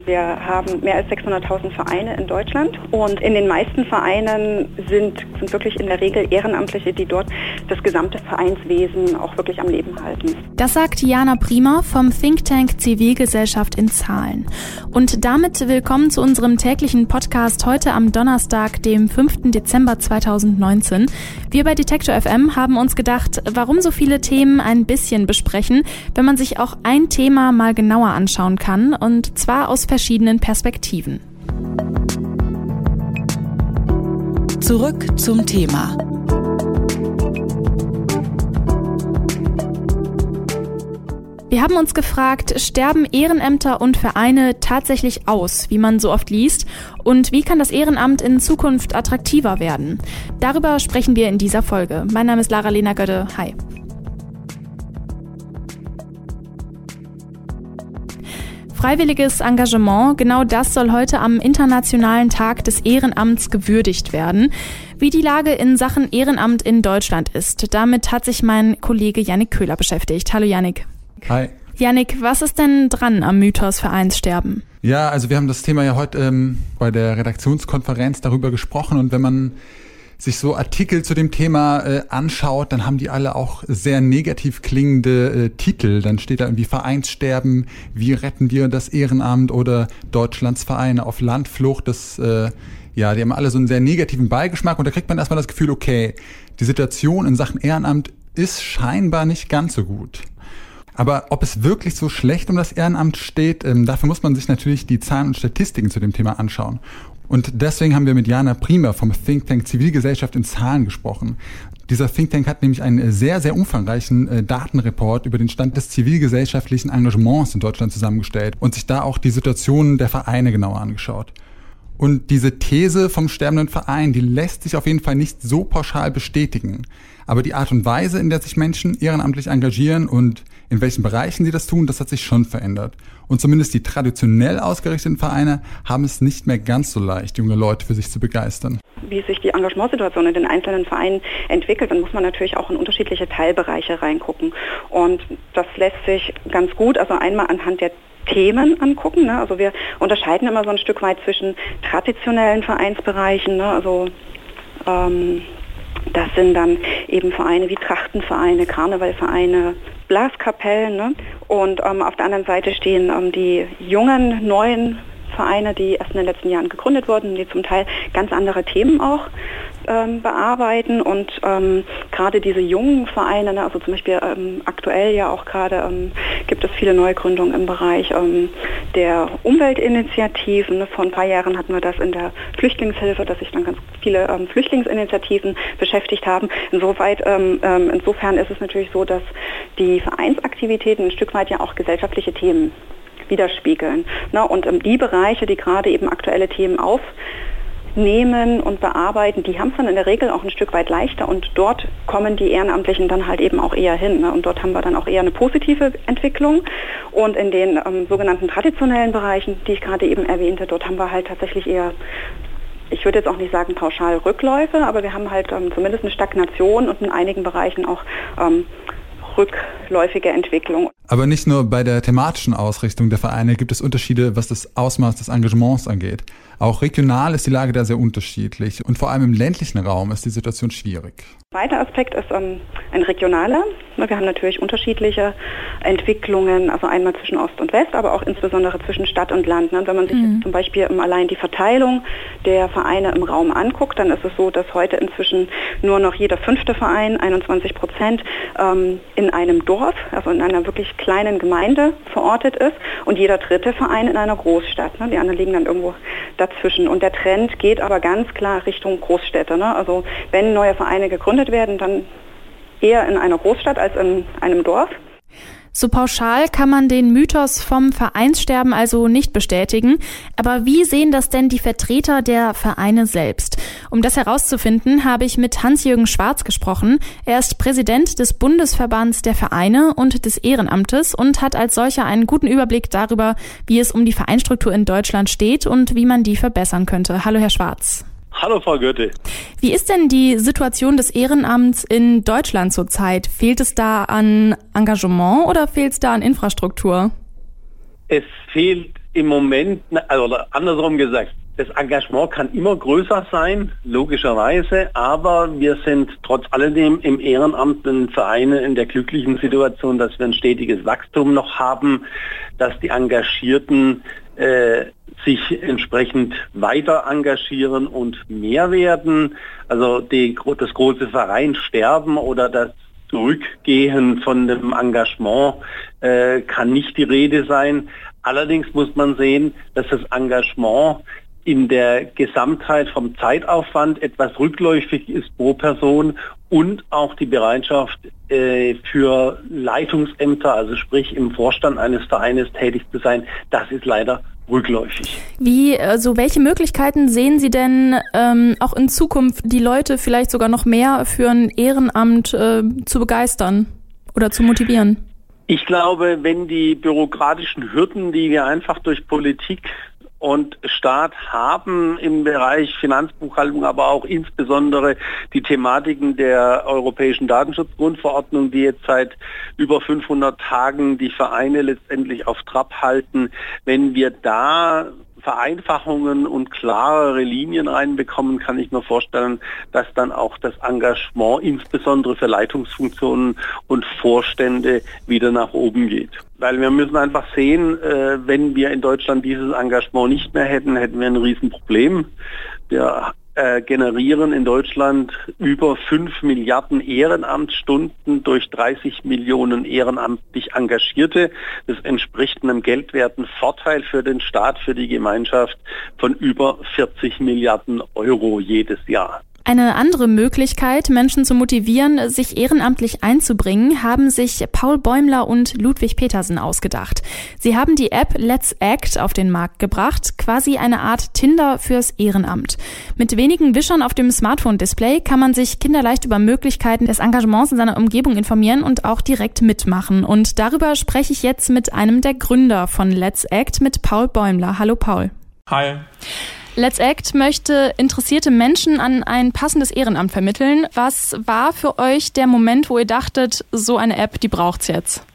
Wir haben mehr als 600.000 Vereine in Deutschland und in den meisten Vereinen sind wirklich in der Regel Ehrenamtliche, die dort das gesamte Vereinswesen auch wirklich am Leben halten. Das sagt Jana Priemer vom Think Tank Zivilgesellschaft in Zahlen. Und damit willkommen zu unserem täglichen Podcast heute am Donnerstag, dem 5. Dezember 2019. Wir bei Detektor FM haben uns gedacht, warum so viele Themen ein bisschen besprechen, wenn man sich auch ein Thema mal genauer anschauen kann, und zwar aus verschiedenen Perspektiven. Zurück zum Thema. Wir haben uns gefragt, sterben Ehrenämter und Vereine tatsächlich aus, wie man so oft liest? Und wie kann das Ehrenamt in Zukunft attraktiver werden? Darüber sprechen wir in dieser Folge. Mein Name ist Lara-Lena Götte. Hi. Freiwilliges Engagement, genau das soll heute am Internationalen Tag des Ehrenamts gewürdigt werden. Wie die Lage in Sachen Ehrenamt in Deutschland ist, damit hat sich mein Kollege Yannick Köhler beschäftigt. Hallo Yannick. Hi. Yannick, was ist denn dran am Mythos Vereinssterben? Ja, also wir haben das Thema ja heute bei der Redaktionskonferenz darüber gesprochen, und wenn man sich so Artikel zu dem Thema anschaut, dann haben die alle auch sehr negativ klingende Titel. Dann steht da irgendwie Vereinssterben, wie retten wir das Ehrenamt oder Deutschlands Vereine auf Landflucht. Die haben alle so einen sehr negativen Beigeschmack, und da kriegt man erstmal das Gefühl, okay, die Situation in Sachen Ehrenamt ist scheinbar nicht ganz so gut. Aber ob es wirklich so schlecht um das Ehrenamt steht, dafür muss man sich natürlich die Zahlen und Statistiken zu dem Thema anschauen. Und deswegen haben wir mit Jana Priemer vom Think Tank Zivilgesellschaft in Zahlen gesprochen. Dieser Think Tank hat nämlich einen sehr, sehr umfangreichen Datenreport über den Stand des zivilgesellschaftlichen Engagements in Deutschland zusammengestellt und sich da auch die Situation der Vereine genauer angeschaut. Und diese These vom sterbenden Verein, die lässt sich auf jeden Fall nicht so pauschal bestätigen. Aber die Art und Weise, in der sich Menschen ehrenamtlich engagieren und in welchen Bereichen sie das tun, das hat sich schon verändert. Und zumindest die traditionell ausgerichteten Vereine haben es nicht mehr ganz so leicht, junge Leute für sich zu begeistern. Wie sich die Engagementsituation in den einzelnen Vereinen entwickelt, dann muss man natürlich auch in unterschiedliche Teilbereiche reingucken. Und das lässt sich ganz gut, also einmal anhand der Themen angucken. Ne? Also wir unterscheiden immer so ein Stück weit zwischen traditionellen Vereinsbereichen, ne? Also das sind dann eben Vereine wie Trachtenvereine, Karnevalvereine, Blaskapellen. Ne? Und auf der anderen Seite stehen die jungen, neuen Vereine, die erst in den letzten Jahren gegründet wurden, die zum Teil ganz andere Themen auch bearbeiten. Und gerade diese jungen Vereine, ne, also zum Beispiel aktuell ja auch gerade gibt es viele Neugründungen im Bereich der Umweltinitiativen. Ne. Vor ein paar Jahren hatten wir das in der Flüchtlingshilfe, dass sich dann ganz viele Flüchtlingsinitiativen beschäftigt haben. Insofern ist es natürlich so, dass die Vereinsaktivitäten ein Stück weit ja auch gesellschaftliche Themen widerspiegeln. Ne? Und die Bereiche, die gerade eben aktuelle Themen aufnehmen und bearbeiten, die haben es dann in der Regel auch ein Stück weit leichter, und dort kommen die Ehrenamtlichen dann halt eben auch eher hin. Ne? Und dort haben wir dann auch eher eine positive Entwicklung. Und in den sogenannten traditionellen Bereichen, die ich gerade eben erwähnte, dort haben wir halt tatsächlich eher, ich würde jetzt auch nicht sagen pauschal Rückläufe, aber wir haben halt zumindest eine Stagnation und in einigen Bereichen auch rückläufige Entwicklung. Aber nicht nur bei der thematischen Ausrichtung der Vereine gibt es Unterschiede, was das Ausmaß des Engagements angeht. Auch regional ist die Lage da sehr unterschiedlich, und vor allem im ländlichen Raum ist die Situation schwierig. Ein zweiter Aspekt ist ein regionaler. Wir haben natürlich unterschiedliche Entwicklungen, also einmal zwischen Ost und West, aber auch insbesondere zwischen Stadt und Land. Wenn man sich jetzt zum Beispiel allein die Verteilung der Vereine im Raum anguckt, dann ist es so, dass heute inzwischen nur noch jeder 5. Verein, 21%, in einem Dorf, also in einer wirklich kleinen Gemeinde verortet ist, und jeder 3. Verein in einer Großstadt. Die anderen liegen dann irgendwo dazwischen. Und der Trend geht aber ganz klar Richtung Großstädte. Also wenn neue Vereine gegründet werden, dann eher in einer Großstadt als in einem Dorf. So pauschal kann man den Mythos vom Vereinssterben also nicht bestätigen. Aber wie sehen das denn die Vertreter der Vereine selbst? Um das herauszufinden, habe ich mit Hans-Jürgen Schwarz gesprochen. Er ist Präsident des Bundesverbands der Vereine und des Ehrenamtes und hat als solcher einen guten Überblick darüber, wie es um die Vereinsstruktur in Deutschland steht und wie man die verbessern könnte. Hallo, Herr Schwarz. Hallo, Frau Goethe. Wie ist denn die Situation des Ehrenamts in Deutschland zurzeit? Fehlt es da an Engagement oder fehlt es da an Infrastruktur? Es fehlt im Moment, also andersrum gesagt, das Engagement kann immer größer sein, logischerweise, aber wir sind trotz alledem im Ehrenamt in Vereinen in der glücklichen Situation, dass wir ein stetiges Wachstum noch haben, dass die Engagierten sich entsprechend weiter engagieren und mehr werden. Also das große Vereinssterben oder das Zurückgehen von dem Engagement kann nicht die Rede sein. Allerdings muss man sehen, dass das Engagement in der Gesamtheit vom Zeitaufwand etwas rückläufig ist pro Person und auch die Bereitschaft für Leitungsämter, also sprich im Vorstand eines Vereines tätig zu sein, das ist leider rückläufig. Welche Möglichkeiten sehen Sie denn auch in Zukunft, die Leute vielleicht sogar noch mehr für ein Ehrenamt zu begeistern oder zu motivieren? Ich glaube, wenn die bürokratischen Hürden, die wir einfach durch Politik und Staat haben im Bereich Finanzbuchhaltung, aber auch insbesondere die Thematiken der Europäischen Datenschutzgrundverordnung, die jetzt seit über 500 Tagen die Vereine letztendlich auf Trab halten, wenn wir da Vereinfachungen und klarere Linien reinbekommen, kann ich mir vorstellen, dass dann auch das Engagement insbesondere für Leitungsfunktionen und Vorstände wieder nach oben geht. Weil wir müssen einfach sehen, wenn wir in Deutschland dieses Engagement nicht mehr hätten, hätten wir ein Riesenproblem. Wir generieren in Deutschland über 5 Milliarden Ehrenamtsstunden durch 30 Millionen ehrenamtlich Engagierte. Das entspricht einem geldwerten Vorteil für den Staat, für die Gemeinschaft von über 40 Milliarden Euro jedes Jahr. Eine andere Möglichkeit, Menschen zu motivieren, sich ehrenamtlich einzubringen, haben sich Paul Bäumler und Ludwig Petersen ausgedacht. Sie haben die App Let's Act auf den Markt gebracht, quasi eine Art Tinder fürs Ehrenamt. Mit wenigen Wischern auf dem Smartphone-Display kann man sich kinderleicht über Möglichkeiten des Engagements in seiner Umgebung informieren und auch direkt mitmachen. Und darüber spreche ich jetzt mit einem der Gründer von Let's Act, mit Paul Bäumler. Hallo Paul. Hi. Let's Act möchte interessierte Menschen an ein passendes Ehrenamt vermitteln. Was war für euch der Moment, wo ihr dachtet, so eine App, die braucht's jetzt?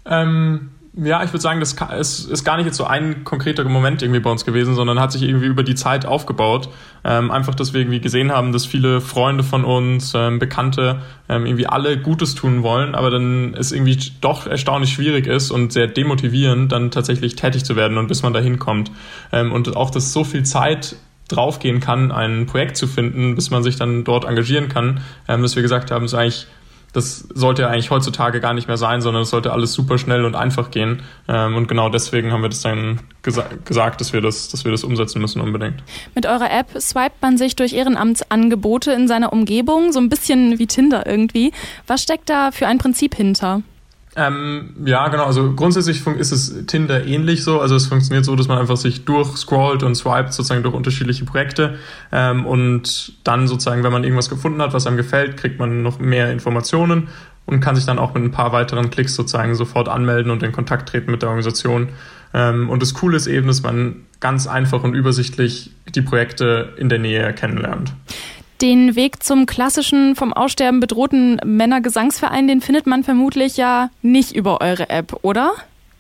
Ja, ich würde sagen, das ist gar nicht jetzt so ein konkreter Moment irgendwie bei uns gewesen, sondern hat sich irgendwie über die Zeit aufgebaut. Einfach, dass wir irgendwie gesehen haben, dass viele Freunde von uns, Bekannte, irgendwie alle Gutes tun wollen, aber dann es irgendwie doch erstaunlich schwierig ist und sehr demotivierend, dann tatsächlich tätig zu werden und bis man da hinkommt. Und auch, dass so viel Zeit draufgehen kann, ein Projekt zu finden, bis man sich dann dort engagieren kann, dass wir gesagt haben, das sollte ja eigentlich heutzutage gar nicht mehr sein, sondern es sollte alles super schnell und einfach gehen. Und genau deswegen haben wir das dann gesagt, dass wir das umsetzen müssen unbedingt. Mit eurer App swipet man sich durch Ehrenamtsangebote in seiner Umgebung, so ein bisschen wie Tinder irgendwie. Was steckt da für ein Prinzip hinter? Ja, genau. Also grundsätzlich ist es Tinder ähnlich so. Also es funktioniert so, dass man einfach sich durchscrollt und swipet sozusagen durch unterschiedliche Projekte. Und dann sozusagen, wenn man irgendwas gefunden hat, was einem gefällt, kriegt man noch mehr Informationen und kann sich dann auch mit ein paar weiteren Klicks sozusagen sofort anmelden und in Kontakt treten mit der Organisation. Und das Coole ist eben, dass man ganz einfach und übersichtlich die Projekte in der Nähe kennenlernt. Den Weg zum klassischen, vom Aussterben bedrohten Männergesangsverein, den findet man vermutlich ja nicht über eure App, oder?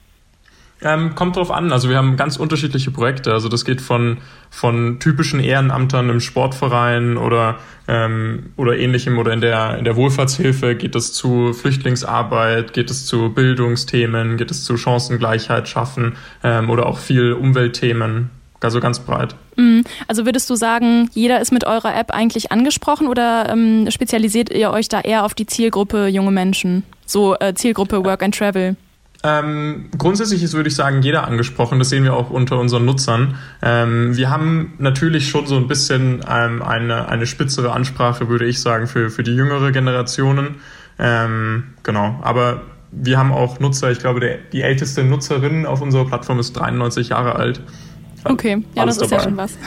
Kommt drauf an. Also wir haben ganz unterschiedliche Projekte. Also das geht von typischen Ehrenamtern im Sportverein oder ähnlichem oder in der Wohlfahrtshilfe, geht es zu Flüchtlingsarbeit, geht es zu Bildungsthemen, geht es zu Chancengleichheit schaffen oder auch viel Umweltthemen. Also ganz breit. Also würdest du sagen, jeder ist mit eurer App eigentlich angesprochen oder spezialisiert ihr euch da eher auf die Zielgruppe junge Menschen? So Zielgruppe Work and Travel? Grundsätzlich ist, würde ich sagen, jeder angesprochen. Das sehen wir auch unter unseren Nutzern. Wir haben natürlich schon so ein bisschen eine spitzere Ansprache, würde ich sagen, für die jüngere Generationen. Genau, aber wir haben auch Nutzer. Ich glaube, die älteste Nutzerin auf unserer Plattform ist 93 Jahre alt. Okay, ja, das ist ja schon was.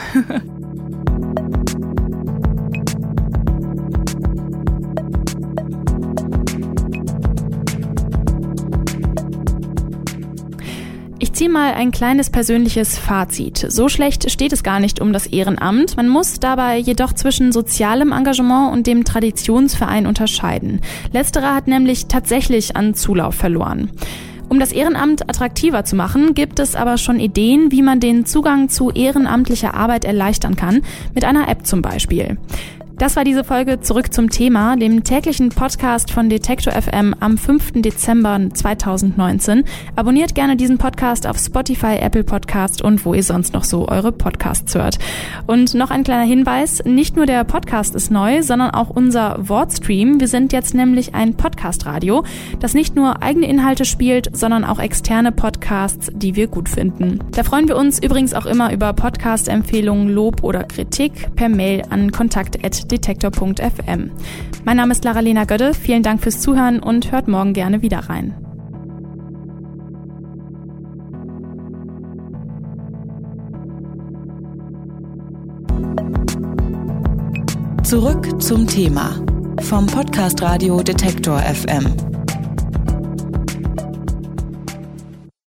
Ich ziehe mal ein kleines persönliches Fazit. So schlecht steht es gar nicht um das Ehrenamt. Man muss dabei jedoch zwischen sozialem Engagement und dem Traditionsverein unterscheiden. Letzterer hat nämlich tatsächlich an Zulauf verloren. Um das Ehrenamt attraktiver zu machen, gibt es aber schon Ideen, wie man den Zugang zu ehrenamtlicher Arbeit erleichtern kann, mit einer App zum Beispiel. Das war diese Folge Zurück zum Thema, dem täglichen Podcast von Detektor FM am 5. Dezember 2019. Abonniert gerne diesen Podcast auf Spotify, Apple Podcast und wo ihr sonst noch so eure Podcasts hört. Und noch ein kleiner Hinweis, nicht nur der Podcast ist neu, sondern auch unser Wortstream. Wir sind jetzt nämlich ein Podcast-Radio, das nicht nur eigene Inhalte spielt, sondern auch externe Podcasts, die wir gut finden. Da freuen wir uns übrigens auch immer über Podcast-Empfehlungen, Lob oder Kritik per Mail an kontakt@detektor.fm. Mein Name ist Lara-Lena Gödde, vielen Dank fürs Zuhören und hört morgen gerne wieder rein. Zurück zum Thema vom Podcast Radio Detektor FM.